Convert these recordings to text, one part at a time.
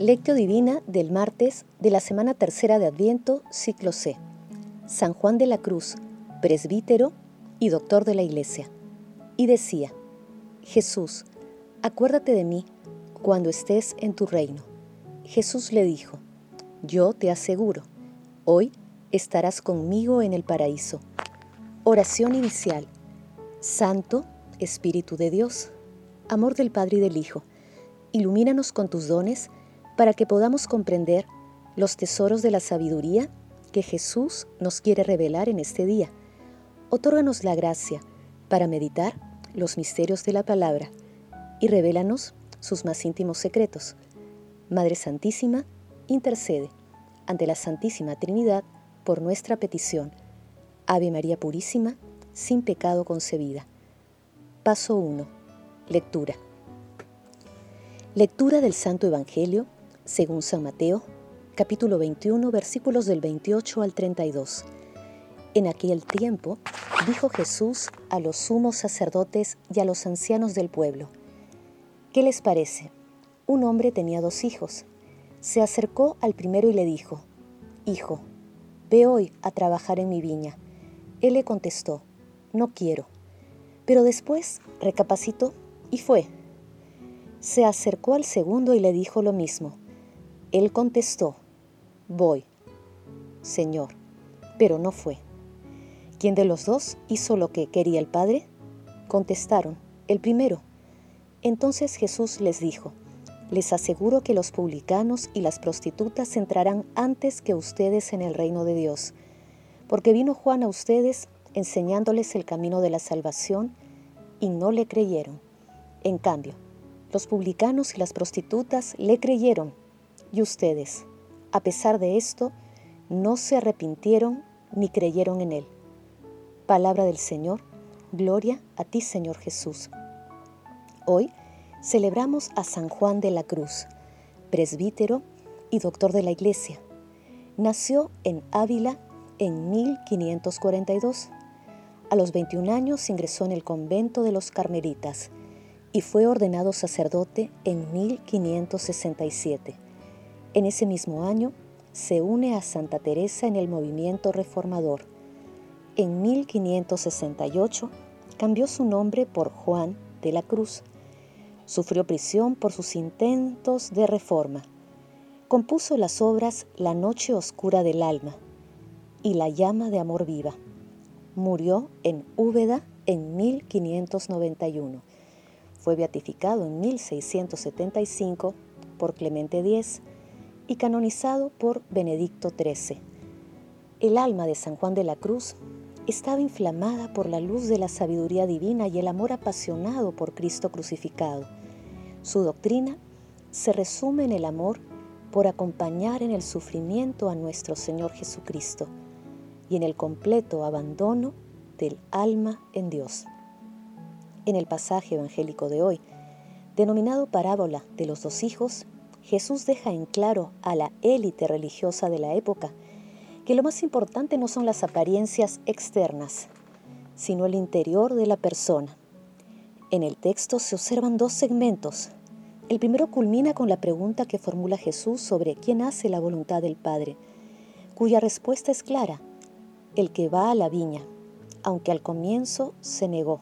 Lectio Divina del martes de la semana tercera de Adviento, ciclo C. San Juan de la Cruz, presbítero y doctor de la Iglesia. Y decía: Jesús, acuérdate de mí cuando estés en tu reino. Jesús le dijo: yo te aseguro, hoy estarás conmigo en el paraíso. Oración inicial. Santo Espíritu de Dios, amor del Padre y del Hijo, ilumínanos con tus dones para que podamos comprender los tesoros de la sabiduría que Jesús nos quiere revelar en este día. Otórganos la gracia para meditar los misterios de la palabra y revélanos sus más íntimos secretos. Madre Santísima, intercede ante la Santísima Trinidad por nuestra petición. Ave María Purísima, sin pecado concebida. Paso 1. Lectura. Lectura del Santo Evangelio según San Mateo, capítulo 21, versículos del 28 al 32. En aquel tiempo dijo Jesús a los sumos sacerdotes y a los ancianos del pueblo: ¿qué les parece? Un hombre tenía 2 hijos. Se acercó al primero y le dijo: Hijo, ve hoy a trabajar en mi viña. Él le contestó: no quiero. Pero después recapacitó y fue. Se acercó al segundo y le dijo lo mismo. Él contestó: voy, Señor, pero no fue. ¿Quién de los 2 hizo lo que quería el Padre? Contestaron: el primero. Entonces Jesús les dijo: les aseguro que los publicanos y las prostitutas entrarán antes que ustedes en el reino de Dios, porque vino Juan a ustedes enseñándoles el camino de la salvación y no le creyeron. En cambio, los publicanos y las prostitutas le creyeron, y ustedes, a pesar de esto, no se arrepintieron ni creyeron en él. Palabra del Señor, gloria a ti, Señor Jesús. Hoy celebramos a San Juan de la Cruz, presbítero y doctor de la Iglesia. Nació en Ávila en 1542. A los 21 años ingresó en el convento de los Carmelitas y fue ordenado sacerdote en 1567. En ese mismo año se une a Santa Teresa en el movimiento reformador. En 1568 cambió su nombre por Juan de la Cruz. Sufrió prisión por sus intentos de reforma. Compuso las obras La noche oscura del alma y La llama de amor viva. Murió en Úbeda en 1591. Fue beatificado en 1675 por Clemente X y canonizado por Benedicto XIII. El alma de San Juan de la Cruz estaba inflamada por la luz de la sabiduría divina y el amor apasionado por Cristo crucificado. Su doctrina se resume en el amor por acompañar en el sufrimiento a nuestro Señor Jesucristo y en el completo abandono del alma en Dios. En el pasaje evangélico de hoy, denominado parábola de los 2 hijos, Jesús deja en claro a la élite religiosa de la época que lo más importante no son las apariencias externas, sino el interior de la persona. En el texto se observan 2 segmentos. El primero culmina con la pregunta que formula Jesús sobre quién hace la voluntad del Padre, cuya respuesta es clara: el que va a la viña, aunque al comienzo se negó.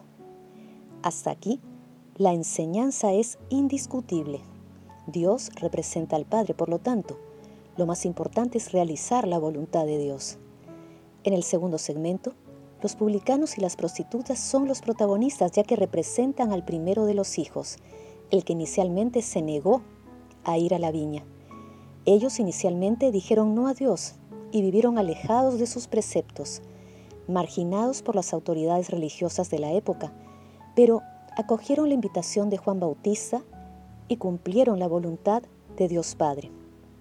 Hasta aquí, la enseñanza es indiscutible. Dios representa al Padre, por lo tanto, lo más importante es realizar la voluntad de Dios. En el segundo segmento, los publicanos y las prostitutas son los protagonistas, ya que representan al primero de los hijos, el que inicialmente se negó a ir a la viña. Ellos inicialmente dijeron no a Dios y vivieron alejados de sus preceptos, marginados por las autoridades religiosas de la época, pero acogieron la invitación de Juan Bautista y cumplieron la voluntad de Dios Padre.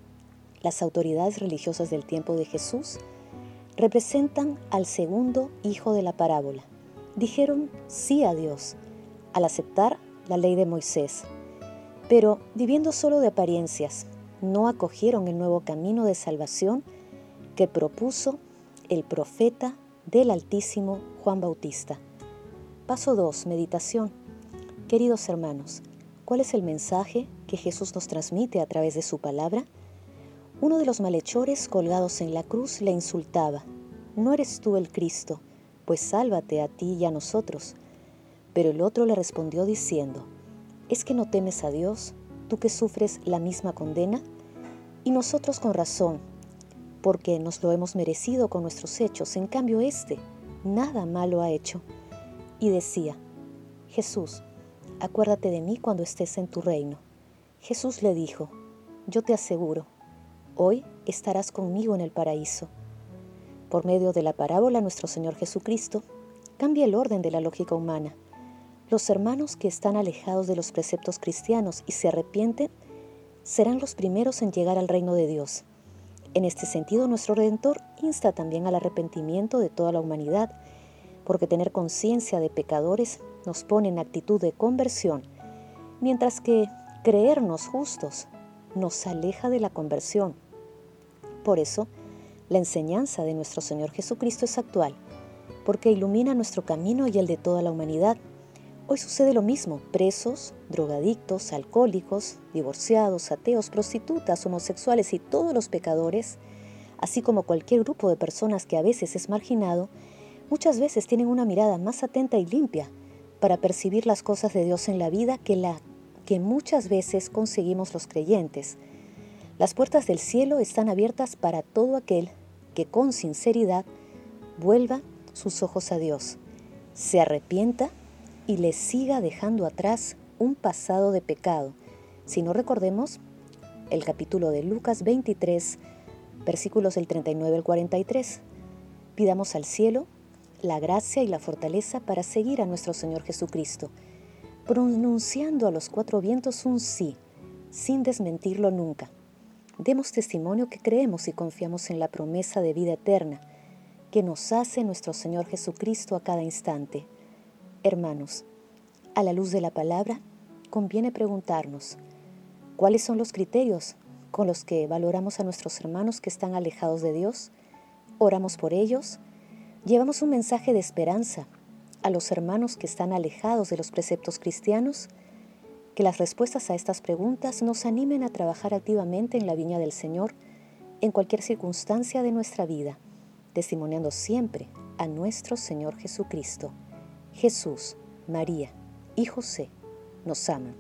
Las autoridades religiosas del tiempo de Jesús representan al segundo hijo de la parábola. Dijeron sí a Dios al aceptar la ley de Moisés, pero viviendo solo de apariencias, no acogieron el nuevo camino de salvación que propuso el profeta del Altísimo Juan Bautista. Paso 2. Meditación. Queridos hermanos, ¿cuál es el mensaje que Jesús nos transmite a través de su palabra, uno de los malhechores colgados en la cruz le insultaba: «No eres tú el Cristo, pues sálvate a ti y a nosotros». Pero el otro le respondió diciendo: «¿Es que no temes a Dios, tú que sufres la misma condena? Y nosotros con razón, porque nos lo hemos merecido con nuestros hechos. En cambio éste nada malo ha hecho». Y decía: «Jesús, acuérdate de mí cuando estés en tu reino». Jesús le dijo: «Yo te aseguro, hoy estarás conmigo en el paraíso». Por medio de la parábola, nuestro Señor Jesucristo cambia el orden de la lógica humana. Los hermanos que están alejados de los preceptos cristianos y se arrepienten serán los primeros en llegar al reino de Dios. En este sentido, nuestro Redentor insta también al arrepentimiento de toda la humanidad, porque tener conciencia de pecadores nos pone en actitud de conversión, mientras que creernos justos nos aleja de la conversión. Por eso, la enseñanza de nuestro Señor Jesucristo es actual, porque ilumina nuestro camino y el de toda la humanidad. Hoy sucede lo mismo: presos, drogadictos, alcohólicos, divorciados, ateos, prostitutas, homosexuales y todos los pecadores, así como cualquier grupo de personas que a veces es marginado, muchas veces tienen una mirada más atenta y limpia para percibir las cosas de Dios en la vida que muchas veces conseguimos los creyentes. Las puertas del cielo están abiertas para todo aquel que con sinceridad vuelva sus ojos a Dios, se arrepienta y le siga dejando atrás un pasado de pecado. Si no, recordemos el capítulo de Lucas 23, versículos del 39 al 43. Pidamos al cielo la gracia y la fortaleza para seguir a nuestro Señor Jesucristo, pronunciando a los cuatro vientos un sí, sin desmentirlo nunca. Demos testimonio que creemos y confiamos en la promesa de vida eterna que nos hace nuestro Señor Jesucristo a cada instante. Hermanos, a la luz de la palabra, conviene preguntarnos: ¿cuáles son los criterios con los que valoramos a nuestros hermanos que están alejados de Dios? ¿Oramos por ellos? ¿Llevamos un mensaje de esperanza a los hermanos que están alejados de los preceptos cristianos? Que las respuestas a estas preguntas nos animen a trabajar activamente en la viña del Señor en cualquier circunstancia de nuestra vida, testimoniando siempre a nuestro Señor Jesucristo. Jesús, María y José nos aman.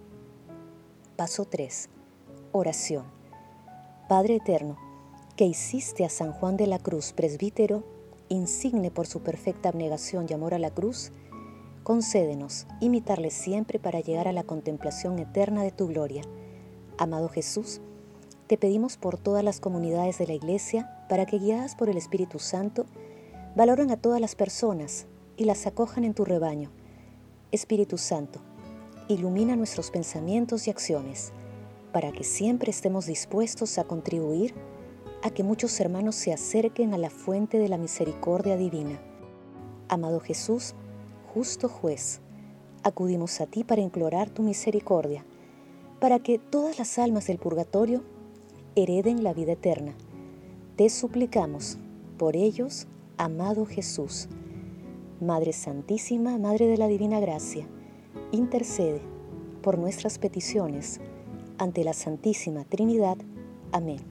Paso 3. Oración. Padre eterno, que hiciste a San Juan de la Cruz presbítero, insigne por su perfecta abnegación y amor a la cruz, concédenos imitarle siempre para llegar a la contemplación eterna de tu gloria. Amado Jesús, te pedimos por todas las comunidades de la Iglesia para que, guiadas por el Espíritu Santo, valoren a todas las personas y las acojan en tu rebaño. Espíritu Santo, ilumina nuestros pensamientos y acciones para que siempre estemos dispuestos a contribuir a que muchos hermanos se acerquen a la fuente de la misericordia divina. Amado Jesús, justo juez, acudimos a ti para implorar tu misericordia, para que todas las almas del purgatorio hereden la vida eterna. Te suplicamos por ellos, amado Jesús. Madre Santísima, Madre de la Divina Gracia, intercede por nuestras peticiones ante la Santísima Trinidad. Amén.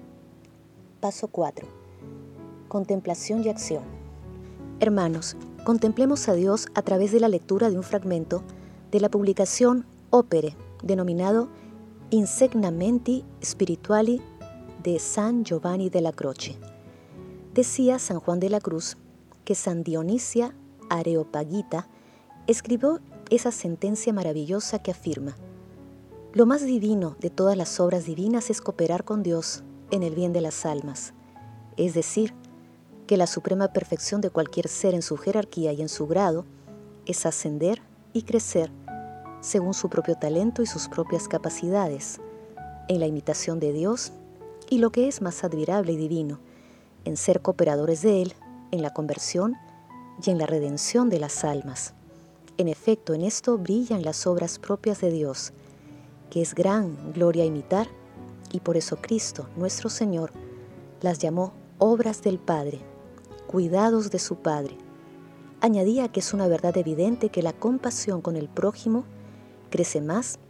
Paso 4. Contemplación y acción. Hermanos, contemplemos a Dios a través de la lectura de un fragmento de la publicación Opere, denominado Insegnamenti Spirituali de San Giovanni della Croce. Decía San Juan de la Cruz que San Dionisia Areopagita escribió esa sentencia maravillosa que afirma: lo más divino de todas las obras divinas es cooperar con Dios en el bien de las almas, es decir, que la suprema perfección de cualquier ser en su jerarquía y en su grado es ascender y crecer según su propio talento y sus propias capacidades, en la imitación de Dios y, lo que es más admirable y divino, en ser cooperadores de Él en la conversión y en la redención de las almas. En efecto, en esto brillan las obras propias de Dios, que es gran gloria imitar, y por eso Cristo, nuestro Señor, las llamó obras del Padre, cuidados de su Padre. Añadía que es una verdad evidente que la compasión con el prójimo crece más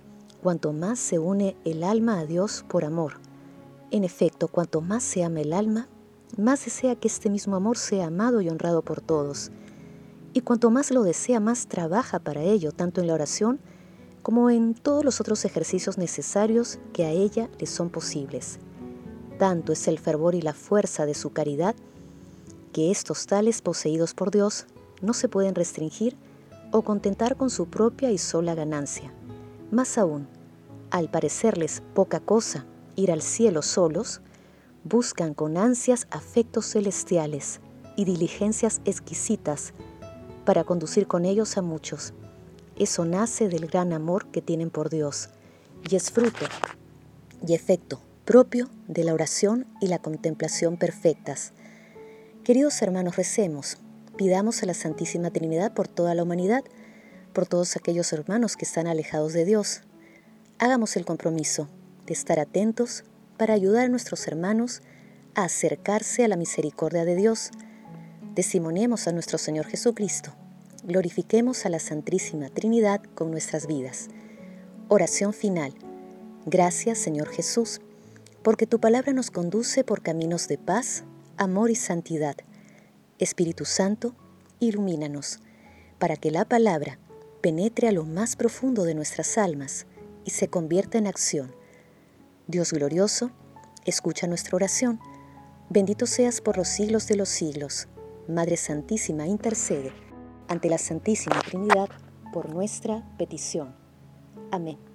cuanto más se une el alma a Dios por amor. En efecto, cuanto más se ama el alma, más desea que este mismo amor sea amado y honrado por todos. Y cuanto más lo desea, más trabaja para ello, tanto en la oración como en todos los otros ejercicios necesarios que a ella le son posibles. Tanto es el fervor y la fuerza de su caridad, que estos tales poseídos por Dios no se pueden restringir o contentar con su propia y sola ganancia. Más aún, al parecerles poca cosa ir al cielo solos, buscan con ansias afectos celestiales y diligencias exquisitas para conducir con ellos a muchos. Eso nace del gran amor que tienen por Dios y es fruto y efecto propio de la oración y la contemplación perfectas. Queridos hermanos, recemos, pidamos a la Santísima Trinidad por toda la humanidad, por todos aquellos hermanos que están alejados de Dios. Hagamos el compromiso de estar atentos para ayudar a nuestros hermanos a acercarse a la misericordia de Dios. Testimoniemos a nuestro Señor Jesucristo. Glorifiquemos a la Santísima Trinidad con nuestras vidas. Oración final. Gracias, Señor Jesús, porque tu palabra nos conduce por caminos de paz, amor y santidad. Espíritu Santo, ilumínanos, para que la palabra penetre a lo más profundo de nuestras almas y se convierta en acción. Dios glorioso, escucha nuestra oración. Bendito seas por los siglos de los siglos. Madre Santísima, intercede ante la Santísima Trinidad por nuestra petición. Amén.